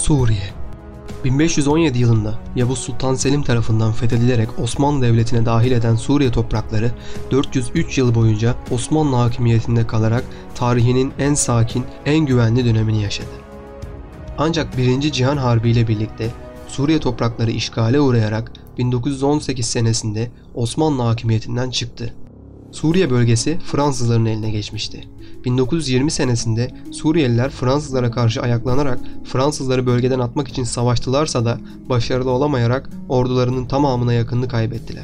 Suriye 1517 yılında Yavuz Sultan Selim tarafından fethedilerek Osmanlı Devleti'ne dahil eden Suriye toprakları 403 yıl boyunca Osmanlı hakimiyetinde kalarak tarihinin en sakin, en güvenli dönemini yaşadı. Ancak 1. Cihan Harbi ile birlikte Suriye toprakları işgale uğrayarak 1918 senesinde Osmanlı hakimiyetinden çıktı. Suriye bölgesi Fransızların eline geçmişti. 1920 senesinde Suriyeliler Fransızlara karşı ayaklanarak Fransızları bölgeden atmak için savaştılarsa da başarılı olamayarak ordularının tamamına yakınını kaybettiler.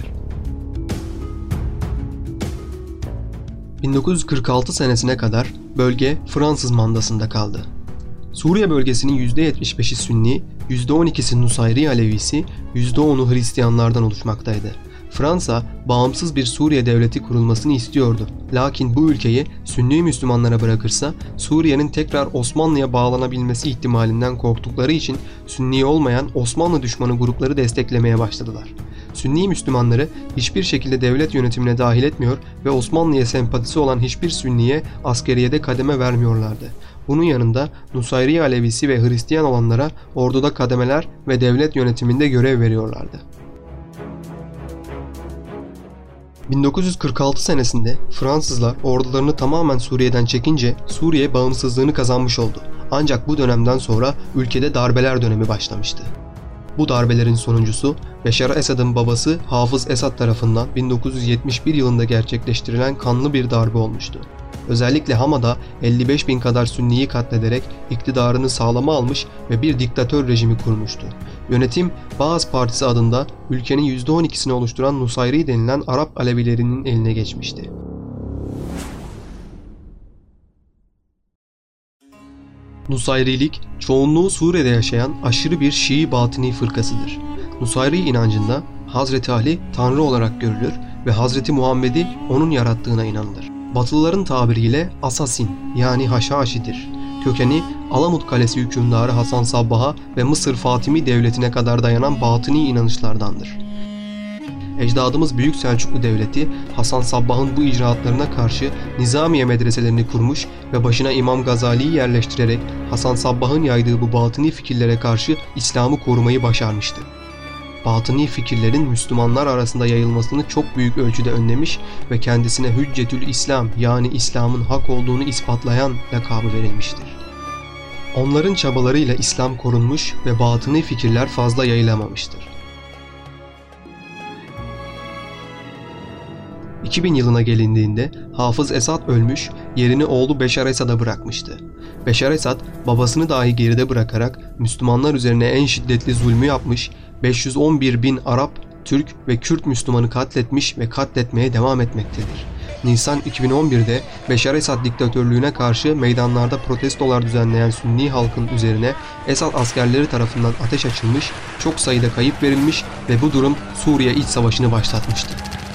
1946 senesine kadar bölge Fransız mandasında kaldı. Suriye bölgesinin %75'i Sünni, %12'si Nusayri Alevisi, %10'u Hristiyanlardan oluşmaktaydı. Fransa, bağımsız bir Suriye devleti kurulmasını istiyordu. Lakin bu ülkeyi Sünni Müslümanlara bırakırsa Suriye'nin tekrar Osmanlı'ya bağlanabilmesi ihtimalinden korktukları için Sünni olmayan Osmanlı düşmanı grupları desteklemeye başladılar. Sünni Müslümanları hiçbir şekilde devlet yönetimine dahil etmiyor ve Osmanlı'ya sempatisi olan hiçbir Sünniye askeriyede kademe vermiyorlardı. Bunun yanında Nusayri Alevisi ve Hristiyan olanlara orduda kademeler ve devlet yönetiminde görev veriyorlardı. 1946 senesinde Fransızlar ordularını tamamen Suriye'den çekince Suriye bağımsızlığını kazanmış oldu. Ancak bu dönemden sonra ülkede darbeler dönemi başlamıştı. Bu darbelerin sonuncusu Beşar Esad'ın babası Hafız Esad tarafından 1971 yılında gerçekleştirilen kanlı bir darbe olmuştu. Özellikle Hama'da 55.000 kadar Sünniyi katlederek iktidarını sağlama almış ve bir diktatör rejimi kurmuştu. Yönetim Baas Partisi adında ülkenin %12'sini oluşturan Nusayri denilen Arap Alevilerinin eline geçmişti. Nusayrilik, çoğunluğu Suriye'de yaşayan aşırı bir Şii batıni fırkasıdır. Nusayri inancında Hazreti Ali Tanrı olarak görülür ve Hazreti Muhammed'i onun yarattığına inanılır. Batılıların tabiriyle Asasin yani Haşhaşi'dir. Kökeni Alamut Kalesi hükümdarı Hasan Sabbah'a ve Mısır Fatimi Devleti'ne kadar dayanan batıni inanışlardandır. Ecdadımız Büyük Selçuklu Devleti Hasan Sabbah'ın bu icraatlarına karşı Nizamiye medreselerini kurmuş ve başına İmam Gazali'yi yerleştirerek Hasan Sabbah'ın yaydığı bu batıni fikirlere karşı İslam'ı korumayı başarmıştı. Batıni fikirlerin Müslümanlar arasında yayılmasını çok büyük ölçüde önlemiş ve kendisine Hüccetül İslam yani İslam'ın hak olduğunu ispatlayan lakabı verilmiştir. Onların çabalarıyla İslam korunmuş ve batıni fikirler fazla yayılamamıştır. 2000 yılına gelindiğinde Hafız Esad ölmüş, yerini oğlu Beşar Esad'a bırakmıştı. Beşar Esad babasını dahi geride bırakarak Müslümanlar üzerine en şiddetli zulmü yapmış, 511.000 Arap, Türk ve Kürt Müslümanı katletmiş ve katletmeye devam etmektedir. Nisan 2011'de Beşar Esad diktatörlüğüne karşı meydanlarda protestolar düzenleyen Sünni halkın üzerine Esad askerleri tarafından ateş açılmış, çok sayıda kayıp verilmiş ve bu durum Suriye İç Savaşı'nı başlatmıştı.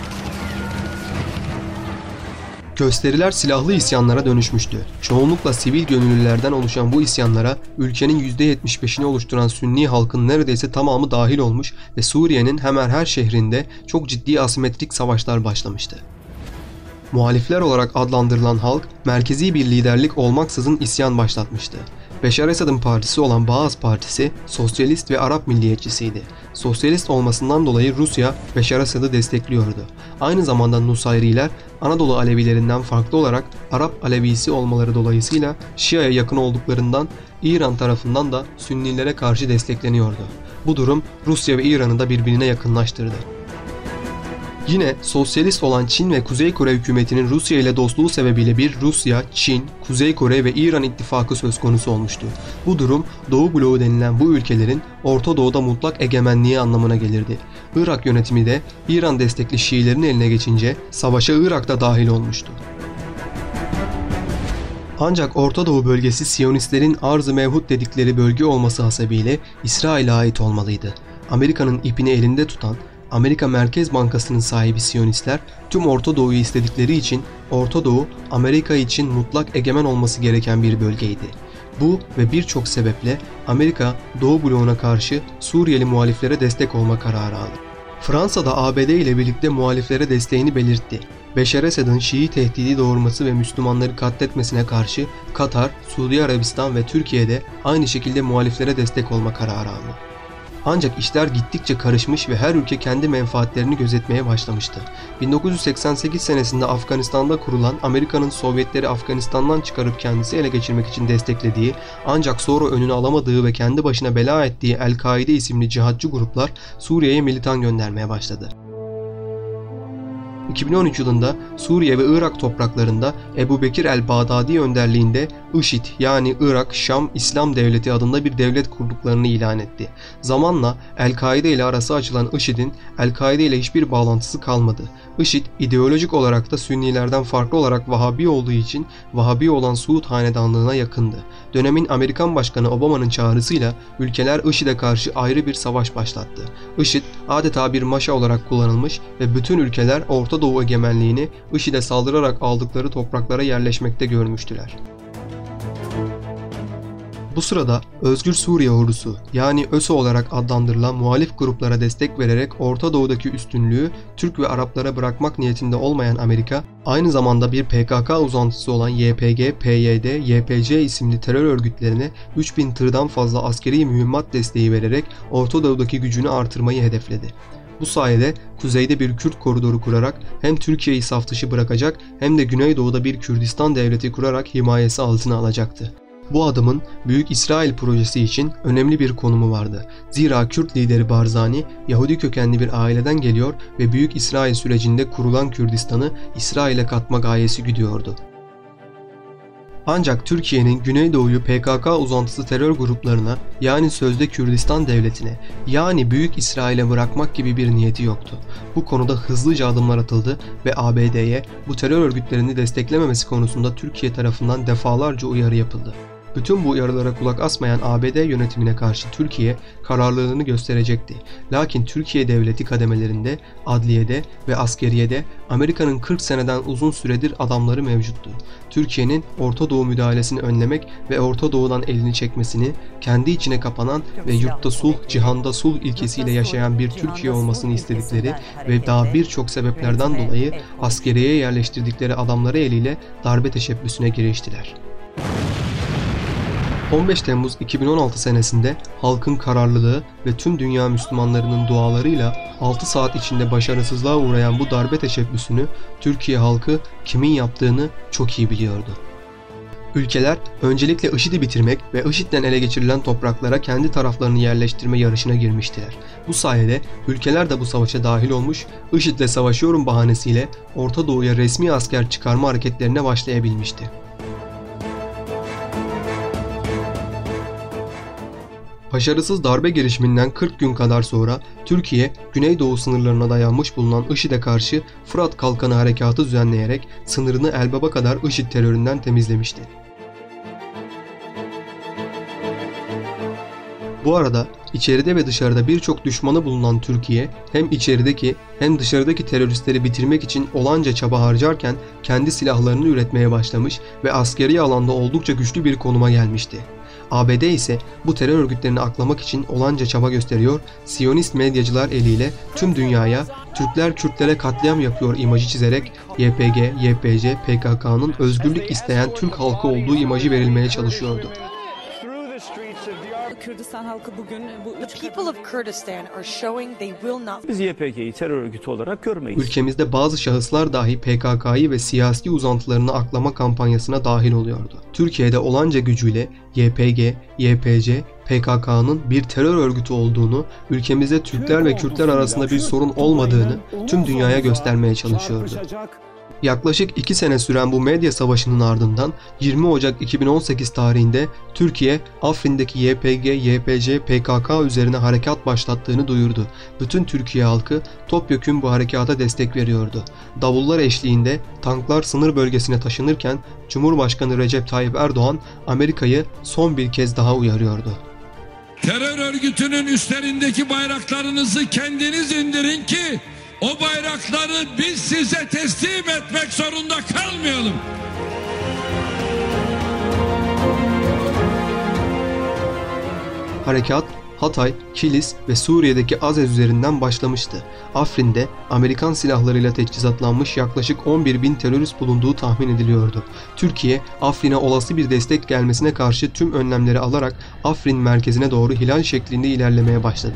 Gösteriler silahlı isyanlara dönüşmüştü. Çoğunlukla sivil gönüllülerden oluşan bu isyanlara ülkenin %75'ini oluşturan Sünni halkın neredeyse tamamı dahil olmuş ve Suriye'nin hemen her şehrinde çok ciddi asimetrik savaşlar başlamıştı. Muhalifler olarak adlandırılan halk merkezi bir liderlik olmaksızın isyan başlatmıştı. Beşar Esad'ın partisi olan Baas Partisi sosyalist ve Arap milliyetçisiydi. Sosyalist olmasından dolayı Rusya Beşar Esad'ı destekliyordu. Aynı zamanda Nusayriler Anadolu Alevilerinden farklı olarak Arap Alevisi olmaları dolayısıyla Şia'ya yakın olduklarından İran tarafından da Sünnilere karşı destekleniyordu. Bu durum Rusya ve İran'ı da birbirine yakınlaştırdı. Yine sosyalist olan Çin ve Kuzey Kore hükümetinin Rusya ile dostluğu sebebiyle bir Rusya, Çin, Kuzey Kore ve İran ittifakı söz konusu olmuştu. Bu durum Doğu bloğu denilen bu ülkelerin Orta Doğu'da mutlak egemenliği anlamına gelirdi. Irak yönetimi de İran destekli Şiilerin eline geçince savaşa Irak da dahil olmuştu. Ancak Orta Doğu bölgesi Siyonistlerin Arz-ı Mevhut dedikleri bölge olması hasebiyle İsrail'e ait olmalıydı. Amerika'nın ipini elinde tutan Amerika Merkez Bankası'nın sahibi Siyonistler tüm Orta Doğu'yu istedikleri için Orta Doğu, Amerika için mutlak egemen olması gereken bir bölgeydi. Bu ve birçok sebeple Amerika Doğu bloğuna karşı Suriyeli muhaliflere destek olma kararı aldı. Fransa da ABD ile birlikte muhaliflere desteğini belirtti. Beşar Esad'ın Şii tehdidi doğurması ve Müslümanları katletmesine karşı Katar, Suudi Arabistan ve Türkiye'de aynı şekilde muhaliflere destek olma kararı aldı. Ancak işler gittikçe karışmış ve her ülke kendi menfaatlerini gözetmeye başlamıştı. 1988 senesinde Afganistan'da kurulan, Amerika'nın Sovyetleri Afganistan'dan çıkarıp kendisi ele geçirmek için desteklediği ancak sonra önünü alamadığı ve kendi başına bela ettiği El-Kaide isimli cihatçı gruplar Suriye'ye militan göndermeye başladı. 2013 yılında Suriye ve Irak topraklarında Ebu Bekir el-Bağdadi önderliğinde IŞİD yani Irak Şam İslam Devleti adında bir devlet kurduklarını ilan etti. Zamanla El-Kaide ile arası açılan IŞİD'in El-Kaide ile hiçbir bağlantısı kalmadı. IŞİD ideolojik olarak da Sünnilerden farklı olarak Vahabi olduğu için Vahabi olan Suud hanedanlığına yakındı. Dönemin Amerikan Başkanı Obama'nın çağrısıyla ülkeler IŞİD'e karşı ayrı bir savaş başlattı. IŞİD adeta bir maşa olarak kullanılmış ve bütün ülkeler Orta Doğu egemenliğini IŞİD'e saldırarak aldıkları topraklara yerleşmekte görmüştüler. Bu sırada Özgür Suriye Ordusu yani ÖSO olarak adlandırılan muhalif gruplara destek vererek Orta Doğu'daki üstünlüğü Türk ve Araplara bırakmak niyetinde olmayan Amerika, aynı zamanda bir PKK uzantısı olan YPG, PYD, YPC isimli terör örgütlerine 3000 tırdan fazla askeri mühimmat desteği vererek Orta Doğu'daki gücünü artırmayı hedefledi. Bu sayede kuzeyde bir Kürt koridoru kurarak hem Türkiye'yi saf dışı bırakacak hem de Güneydoğu'da bir Kürdistan devleti kurarak himayesi altına alacaktı. Bu adımın Büyük İsrail projesi için önemli bir konumu vardı. Zira Kürt lideri Barzani, Yahudi kökenli bir aileden geliyor ve Büyük İsrail sürecinde kurulan Kürdistan'ı İsrail'e katma gayesi güdüyordu. Ancak Türkiye'nin Güneydoğu'yu PKK uzantısı terör gruplarına yani sözde Kürdistan devletine yani Büyük İsrail'e bırakmak gibi bir niyeti yoktu. Bu konuda hızlıca adımlar atıldı ve ABD'ye bu terör örgütlerini desteklememesi konusunda Türkiye tarafından defalarca uyarı yapıldı. Bütün bu uyarılara kulak asmayan ABD yönetimine karşı Türkiye kararlılığını gösterecekti. Lakin Türkiye devleti kademelerinde, adliyede ve askeriyede Amerika'nın 40 seneden uzun süredir adamları mevcuttu. Türkiye'nin Orta Doğu müdahalesini önlemek ve Orta Doğu'dan elini çekmesini, kendi içine kapanan ve yurtta sulh, cihanda sulh ilkesiyle yaşayan bir Türkiye olmasını istedikleri ve daha birçok sebeplerden dolayı askeriyeye yerleştirdikleri adamları eliyle darbe teşebbüsüne giriştiler. 15 Temmuz 2016 senesinde halkın kararlılığı ve tüm dünya Müslümanlarının dualarıyla 6 saat içinde başarısızlığa uğrayan bu darbe teşebbüsünü Türkiye halkı kimin yaptığını çok iyi biliyordu. Ülkeler öncelikle IŞİD'i bitirmek ve IŞİD'den ele geçirilen topraklara kendi taraflarını yerleştirme yarışına girmiştiler. Bu sayede ülkeler de bu savaşa dahil olmuş, IŞİD'le savaşıyorum bahanesiyle Orta Doğu'ya resmi asker çıkarma hareketlerine başlayabilmişti. Başarısız darbe girişiminden 40 gün kadar sonra Türkiye, Güneydoğu sınırlarına dayanmış bulunan IŞİD'e karşı Fırat Kalkanı Harekatı düzenleyerek sınırını Elbap'a kadar IŞİD teröründen temizlemişti. Bu arada içeride ve dışarıda birçok düşmanı bulunan Türkiye hem içerideki hem dışarıdaki teröristleri bitirmek için olanca çaba harcarken kendi silahlarını üretmeye başlamış ve askeri alanda oldukça güçlü bir konuma gelmişti. ABD ise bu terör örgütlerini aklamak için olanca çaba gösteriyor, Siyonist medyacılar eliyle tüm dünyaya Türkler Kürtlere katliam yapıyor imajı çizerek YPG, YPC, PKK'nın özgürlük isteyen Türk halkı olduğu imajı verilmeye çalışıyordu. Kürdistan halkı bugün the people of Kurdistan are showing they will not. Biz YPG'yi terör örgütü olarak görmeyiz. Ülkemizde bazı şahıslar dahi PKK'yı ve siyasi uzantılarını aklama kampanyasına dahil oluyordu. Türkiye'de olanca gücüyle YPG, YPC, PKK'nın bir terör örgütü olduğunu, ülkemizde Türkler ve Kürtler arasında bir sorun olmadığını tüm dünyaya göstermeye çalışıyordu. Yaklaşık 2 sene süren bu medya savaşının ardından 20 Ocak 2018 tarihinde Türkiye, Afrin'deki YPG, YPC, PKK üzerine harekat başlattığını duyurdu. Bütün Türkiye halkı topyekün bu harekata destek veriyordu. Davullar eşliğinde tanklar sınır bölgesine taşınırken Cumhurbaşkanı Recep Tayyip Erdoğan Amerika'yı son bir kez daha uyarıyordu. Terör örgütünün üstlerindeki bayraklarınızı kendiniz indirin ki o bayrakları biz size teslim etmek zorunda kalmayalım. Harekat Hatay, Kilis ve Suriye'deki Azez üzerinden başlamıştı. Afrin'de Amerikan silahlarıyla teçhizatlanmış yaklaşık 11.000 terörist bulunduğu tahmin ediliyordu. Türkiye, Afrin'e olası bir destek gelmesine karşı tüm önlemleri alarak Afrin merkezine doğru hilal şeklinde ilerlemeye başladı.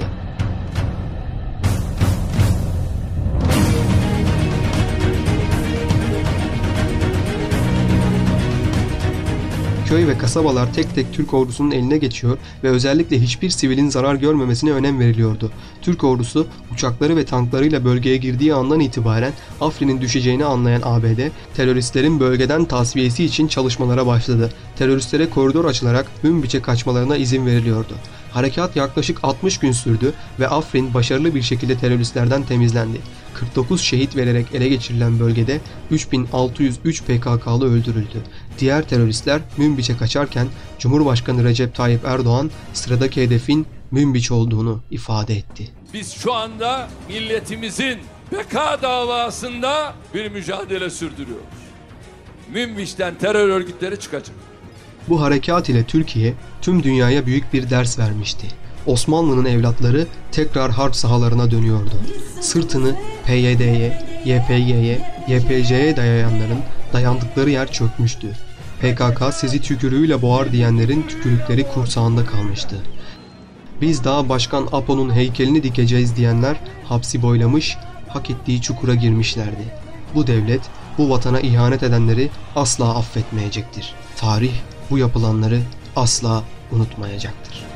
Köy ve kasabalar tek tek Türk ordusunun eline geçiyor ve özellikle hiçbir sivilin zarar görmemesine önem veriliyordu. Türk ordusu uçakları ve tanklarıyla bölgeye girdiği andan itibaren Afrin'in düşeceğini anlayan ABD, teröristlerin bölgeden tasfiyesi için çalışmalara başladı. Teröristlere koridor açılarak Münbiç'e kaçmalarına izin veriliyordu. Harekat yaklaşık 60 gün sürdü ve Afrin başarılı bir şekilde teröristlerden temizlendi. 49 şehit vererek ele geçirilen bölgede 3603 PKK'lı öldürüldü. Diğer teröristler Münbiç'e kaçarken Cumhurbaşkanı Recep Tayyip Erdoğan sıradaki hedefin Münbiç olduğunu ifade etti. Biz şu anda milletimizin beka davasında bir mücadele sürdürüyoruz. Münbiç'ten terör örgütleri çıkacak. Bu harekat ile Türkiye tüm dünyaya büyük bir ders vermişti. Osmanlı'nın evlatları tekrar harp sahalarına dönüyordu. Sırtını PYD'ye, YPG'ye, YPC'ye dayayanların dayandıkları yer çökmüştü. PKK sizi tükürüğüyle boğar diyenlerin tükürükleri kursağında kalmıştı. Biz daha Başkan Apo'nun heykelini dikeceğiz diyenler hapsi boylamış, hak ettiği çukura girmişlerdi. Bu devlet, bu vatana ihanet edenleri asla affetmeyecektir. Tarih bu yapılanları asla unutmayacaktır.